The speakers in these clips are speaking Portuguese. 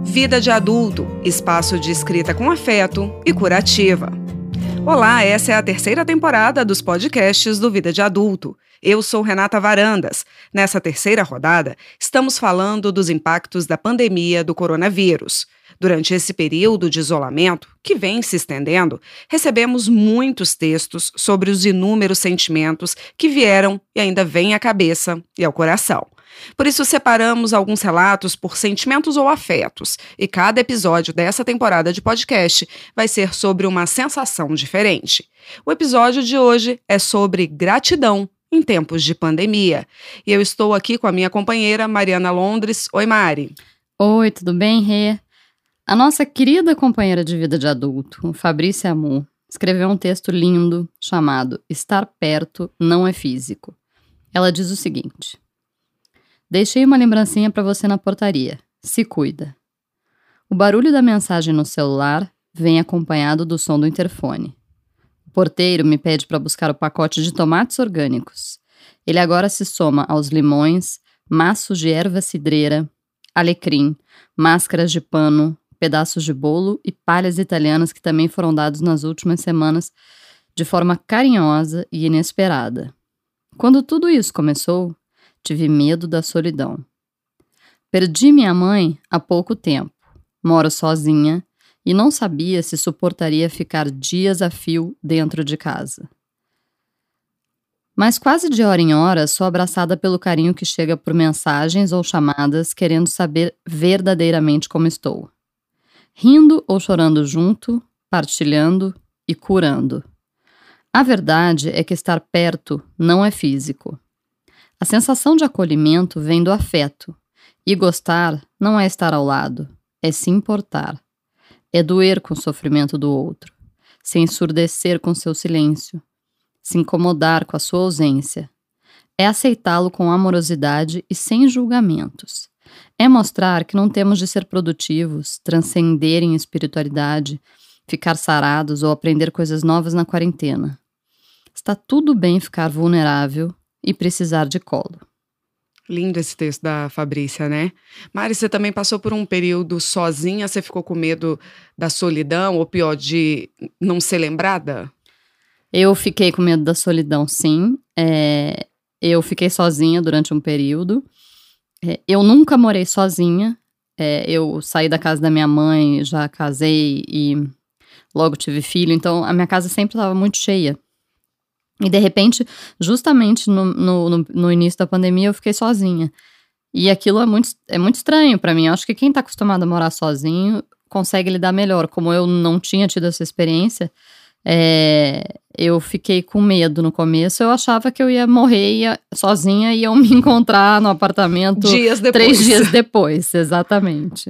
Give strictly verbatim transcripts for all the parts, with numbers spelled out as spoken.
Vida de Adulto, espaço de escrita com afeto e curativa. Olá, essa é a terceira temporada dos podcasts do Vida de Adulto. Eu sou Renata Varandas. Nessa terceira rodada, estamos falando dos impactos da pandemia do coronavírus. Durante esse período de isolamento, que vem se estendendo, recebemos muitos textos sobre os inúmeros sentimentos que vieram e ainda vêm à cabeça e ao coração. Por isso, separamos alguns relatos por sentimentos ou afetos, e cada episódio dessa temporada de podcast vai ser sobre uma sensação diferente. O episódio de hoje é sobre gratidão em tempos de pandemia. E eu estou aqui com a minha companheira Mariana Londres. Oi, Mari. Oi, tudo bem, Rê? A nossa querida companheira de vida de adulto, Fabrícia Amu, escreveu um texto lindo chamado Estar Perto Não é Físico. Ela diz o seguinte: deixei uma lembrancinha para você na portaria. Se cuida. O barulho da mensagem no celular vem acompanhado do som do interfone. O porteiro me pede para buscar o pacote de tomates orgânicos. Ele agora se soma aos limões, maços de erva cidreira, alecrim, máscaras de pano, pedaços de bolo e palhas italianas que também foram dados nas últimas semanas de forma carinhosa e inesperada. Quando tudo isso começou, tive medo da solidão. Perdi minha mãe há pouco tempo. Moro sozinha e não sabia se suportaria ficar dias a fio dentro de casa. Mas quase de hora em hora sou abraçada pelo carinho que chega por mensagens ou chamadas querendo saber verdadeiramente como estou. Rindo ou chorando junto, partilhando e curando. A verdade é que estar perto não é físico. A sensação de acolhimento vem do afeto, e gostar não é estar ao lado, é se importar. É doer com o sofrimento do outro, se ensurdecer com seu silêncio, se incomodar com a sua ausência. É aceitá-lo com amorosidade e sem julgamentos. É mostrar que não temos de ser produtivos, transcender em espiritualidade, ficar sarados ou aprender coisas novas na quarentena. Está tudo bem ficar vulnerável e precisar de colo. Lindo esse texto da Fabrícia, né? Mari, você também passou por um período sozinha? Você ficou com medo da solidão, ou pior, de não ser lembrada? Eu fiquei com medo da solidão, sim. É, eu fiquei sozinha durante um período. É, eu nunca morei sozinha. É, eu saí da casa da minha mãe, já casei e logo tive filho. Então, a minha casa sempre estava muito cheia. E, de repente, justamente no, no, no, no início da pandemia, eu fiquei sozinha. E aquilo é muito, é muito estranho pra mim. Eu acho que quem tá acostumado a morar sozinho consegue lidar melhor. Como eu não tinha tido essa experiência, é, eu fiquei com medo no começo. Eu achava que eu ia morrer ia, sozinha e iam me encontrar no apartamento dias depois. Três dias depois, exatamente.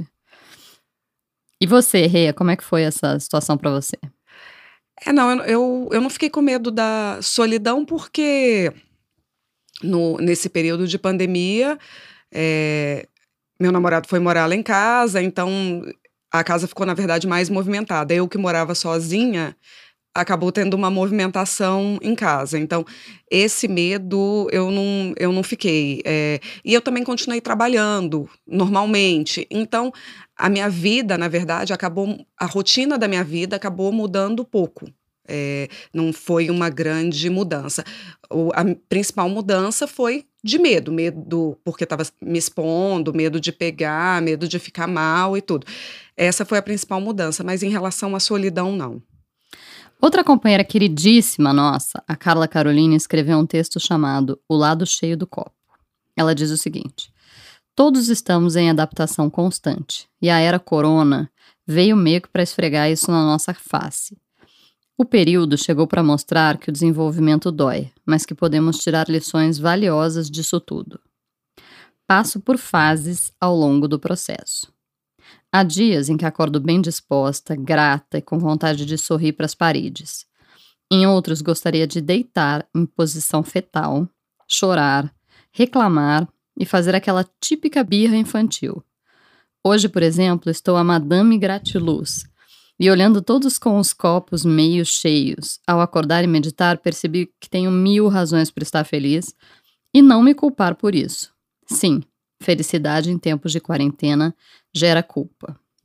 E você, Rê, como é que foi essa situação pra você? É, não, eu, eu, eu não fiquei com medo da solidão porque no, nesse período de pandemia, é, meu namorado foi morar lá em casa, então a casa ficou, na verdade, mais movimentada. Eu que morava sozinha, acabou tendo uma movimentação em casa. Então, esse medo eu não, eu não fiquei. É, e eu também continuei trabalhando normalmente. Então, a minha vida, na verdade, acabou, a rotina da minha vida acabou mudando pouco. É, não foi uma grande mudança. O, a principal mudança foi de medo, medo porque estava me expondo, medo de pegar, medo de ficar mal e tudo. Essa foi a principal mudança, mas em relação à solidão, não. Outra companheira queridíssima nossa, a Carla Carolina, escreveu um texto chamado O Lado Cheio do Copo. Ela diz o seguinte: todos estamos em adaptação constante, e a era corona veio meio que para esfregar isso na nossa face. O período chegou para mostrar que o desenvolvimento dói, mas que podemos tirar lições valiosas disso tudo. Passo por fases ao longo do processo. Há dias em que acordo bem disposta, grata e com vontade de sorrir para as paredes. Em outros, gostaria de deitar em posição fetal, chorar, reclamar e fazer aquela típica birra infantil. Hoje, por exemplo, estou a Madame Gratiluz e olhando todos com os copos meio cheios. Ao acordar e meditar, percebi que tenho mil razões para estar feliz e não me culpar por isso. Sim, felicidade em tempos de quarentena gera culpa.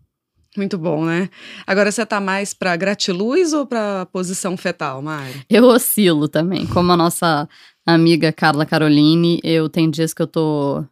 Muito bom, né? Agora você tá mais pra gratiluz ou pra posição fetal, Mari? Eu oscilo também. Como a nossa amiga Carla Caroline, eu tenho dias que eu tô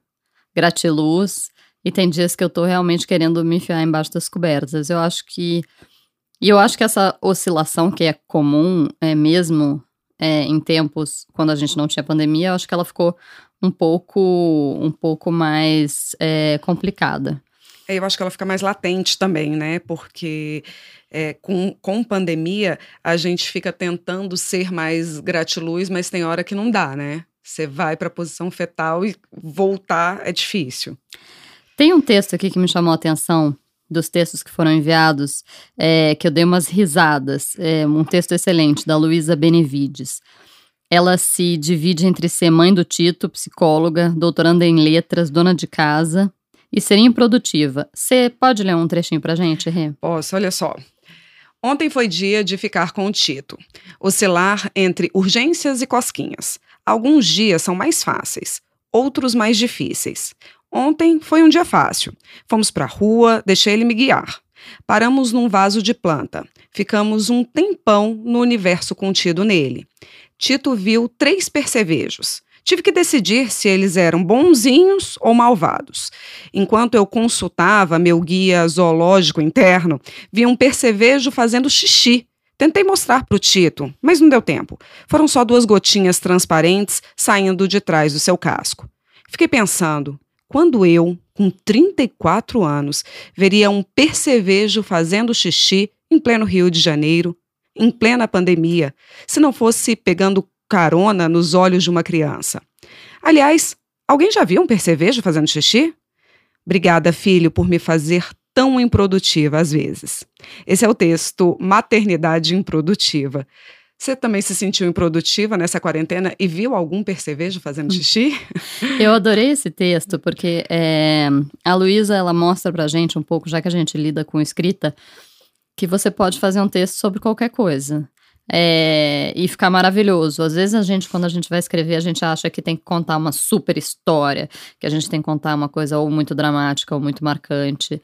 gratiluz e tem dias que eu tô realmente querendo me enfiar embaixo das cobertas. Eu acho que... E eu acho que essa oscilação que é comum, é mesmo é, em tempos quando a gente não tinha pandemia, eu acho que ela ficou um pouco, um pouco mais é, complicada. Eu acho que ela fica mais latente também, né? Porque é, com, com pandemia a gente fica tentando ser mais gratiluz, mas tem hora que não dá, né? Você vai para a posição fetal e voltar é difícil. Tem um texto aqui que me chamou a atenção, dos textos que foram enviados, é, que eu dei umas risadas. É, um texto excelente, da Luísa Benevides. Ela se divide entre ser mãe do Tito, psicóloga, doutoranda em letras, dona de casa... e ser improdutiva. Você pode ler um trechinho pra gente, Rê? Posso, olha só. Ontem foi dia de ficar com o Tito. Oscilar entre urgências e cosquinhas. Alguns dias são mais fáceis, outros mais difíceis. Ontem foi um dia fácil. Fomos pra rua, deixei ele me guiar. Paramos num vaso de planta. Ficamos um tempão no universo contido nele. Tito viu três percevejos. Tive que decidir se eles eram bonzinhos ou malvados. Enquanto eu consultava meu guia zoológico interno, vi um percevejo fazendo xixi. Tentei mostrar para o Tito, mas não deu tempo. Foram só duas gotinhas transparentes saindo de trás do seu casco. Fiquei pensando, quando eu, com trinta e quatro anos, veria um percevejo fazendo xixi em pleno Rio de Janeiro, em plena pandemia, se não fosse pegando carona nos olhos de uma criança. Aliás, alguém já viu um percevejo fazendo xixi? Obrigada, filho, por me fazer tão improdutiva às vezes. Esse é o texto Maternidade Improdutiva. Você também se sentiu improdutiva nessa quarentena e viu algum percevejo fazendo xixi? Eu adorei esse texto, porque é, a Luísa, ela mostra pra gente um pouco, já que a gente lida com escrita, que você pode fazer um texto sobre qualquer coisa. É, e ficar maravilhoso. Às vezes a gente, quando a gente vai escrever, a gente acha que tem que contar uma super história, que a gente tem que contar uma coisa ou muito dramática ou muito marcante.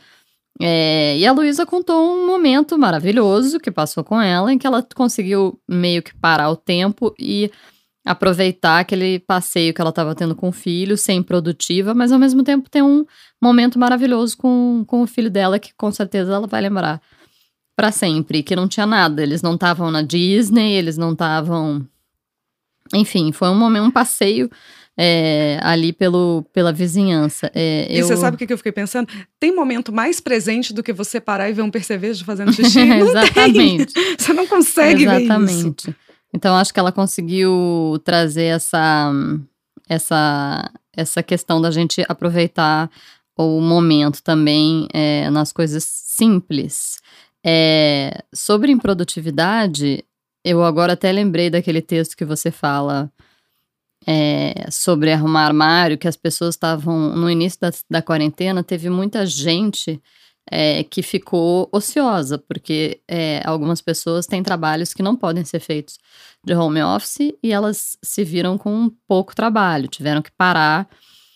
É, e a Luísa contou um momento maravilhoso que passou com ela, em que ela conseguiu meio que parar o tempo e aproveitar aquele passeio que ela estava tendo com o filho, ser improdutiva, mas ao mesmo tempo ter um momento maravilhoso com, com o filho dela, que com certeza ela vai lembrar pra sempre, que não tinha nada, eles não estavam na Disney, eles não estavam... Enfim, foi um momento, um passeio é, ali pelo, pela vizinhança. É, e eu... você sabe o que eu fiquei pensando? Tem momento mais presente do que você parar e ver um percevejo fazendo xixi? Não Exatamente. Tem. Você não consegue Exatamente. ver isso. Então, acho que ela conseguiu trazer essa, essa, essa questão da gente aproveitar o momento também é, nas coisas simples. É, sobre improdutividade, eu agora até lembrei daquele texto que você fala é, sobre arrumar armário, que as pessoas estavam, no início da, da quarentena, teve muita gente é, que ficou ociosa, porque é, algumas pessoas têm trabalhos que não podem ser feitos de home office e elas se viram com pouco trabalho, tiveram que parar,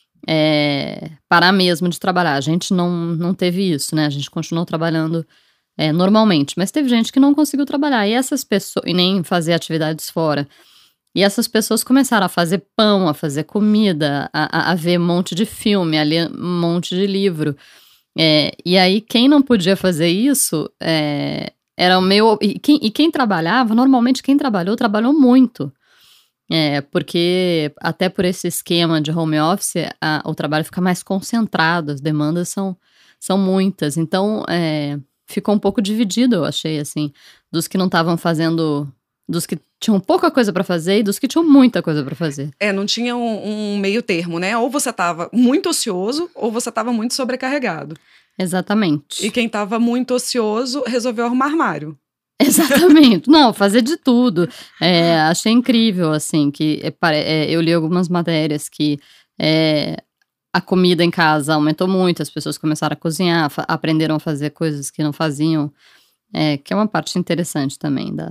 é, parar mesmo de trabalhar. A gente não, não teve isso, né? A gente continuou trabalhando É, normalmente, mas teve gente que não conseguiu trabalhar e essas pessoas, e nem fazer atividades fora, e essas pessoas começaram a fazer pão, a fazer comida, a, a, a ver um monte de filme, a ler um monte de livro, é, e aí quem não podia fazer isso é, era o meu, e quem, e quem trabalhava, normalmente quem trabalhou, trabalhou muito, é, porque até por esse esquema de home office, a, o trabalho fica mais concentrado, as demandas são, são muitas, então é, ficou um pouco dividido, eu achei, assim, dos que não estavam fazendo, dos que tinham pouca coisa pra fazer e dos que tinham muita coisa pra fazer. É, não tinha um, um meio termo, né? Ou você tava muito ocioso, ou você tava muito sobrecarregado. Exatamente. E quem tava muito ocioso resolveu arrumar armário. Exatamente. Não, fazer de tudo. É, achei incrível, assim, que é, eu li algumas matérias que é, a comida em casa aumentou muito, as pessoas começaram a cozinhar, aprenderam a fazer coisas que não faziam, é, que é uma parte interessante também da,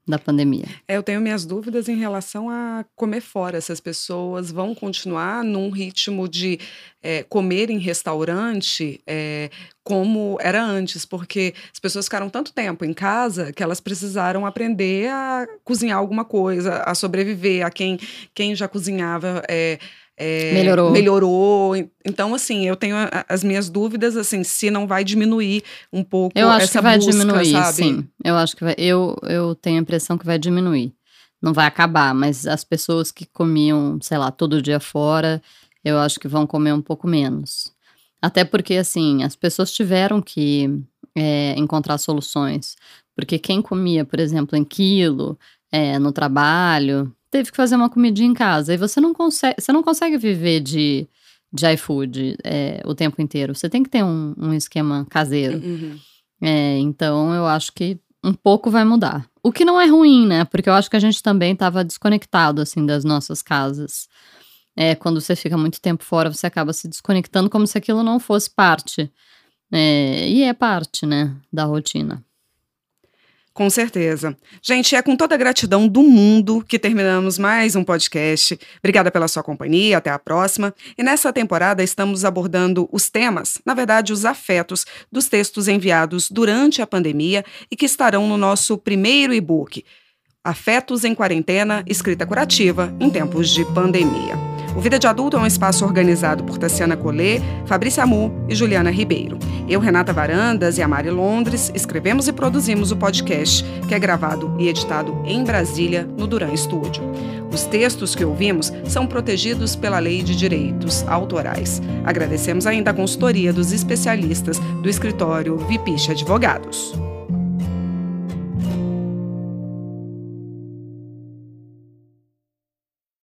da pandemia. É, eu tenho minhas dúvidas em relação a comer fora. Se as pessoas vão continuar num ritmo de é, comer em restaurante é, como era antes, porque as pessoas ficaram tanto tempo em casa que elas precisaram aprender a cozinhar alguma coisa, a sobreviver. A quem, quem já cozinhava é, é, melhorou. melhorou. Então, assim, eu tenho a, as minhas dúvidas, assim, se não vai diminuir um pouco eu acho essa que vai busca, diminuir, sabe? sim. Eu acho que vai. Eu, eu tenho a impressão que vai diminuir. Não vai acabar, mas as pessoas que comiam, sei lá, todo dia fora, eu acho que vão comer um pouco menos. Até porque, assim, as pessoas tiveram que é, encontrar soluções. Porque quem comia, por exemplo, em quilo, é, no trabalho, teve que fazer uma comidinha em casa. E você não consegue, você não consegue viver de, de iFood é, o tempo inteiro. Você tem que ter um, um esquema caseiro. Uhum. É, então, eu acho que um pouco vai mudar. O que não é ruim, né? Porque eu acho que a gente também estava desconectado, assim, das nossas casas. É, quando você fica muito tempo fora, você acaba se desconectando como se aquilo não fosse parte. É, e é parte, né, da rotina. Com certeza. Gente, é com toda a gratidão do mundo que terminamos mais um podcast. Obrigada pela sua companhia, até a próxima. E nessa temporada estamos abordando os temas, na verdade os afetos, dos textos enviados durante a pandemia e que estarão no nosso primeiro e-book, Afetos em Quarentena, Escrita Curativa em Tempos de Pandemia. O Vida de Adulto é um espaço organizado por Tassiana Collet, Fabrícia Amu e Juliana Ribeiro. Eu, Renata Varandas e a Mari Londres escrevemos e produzimos o podcast, que é gravado e editado em Brasília, no Duran Studio. Os textos que ouvimos são protegidos pela Lei de Direitos Autorais. Agradecemos ainda a consultoria dos especialistas do escritório Vipiche Advogados.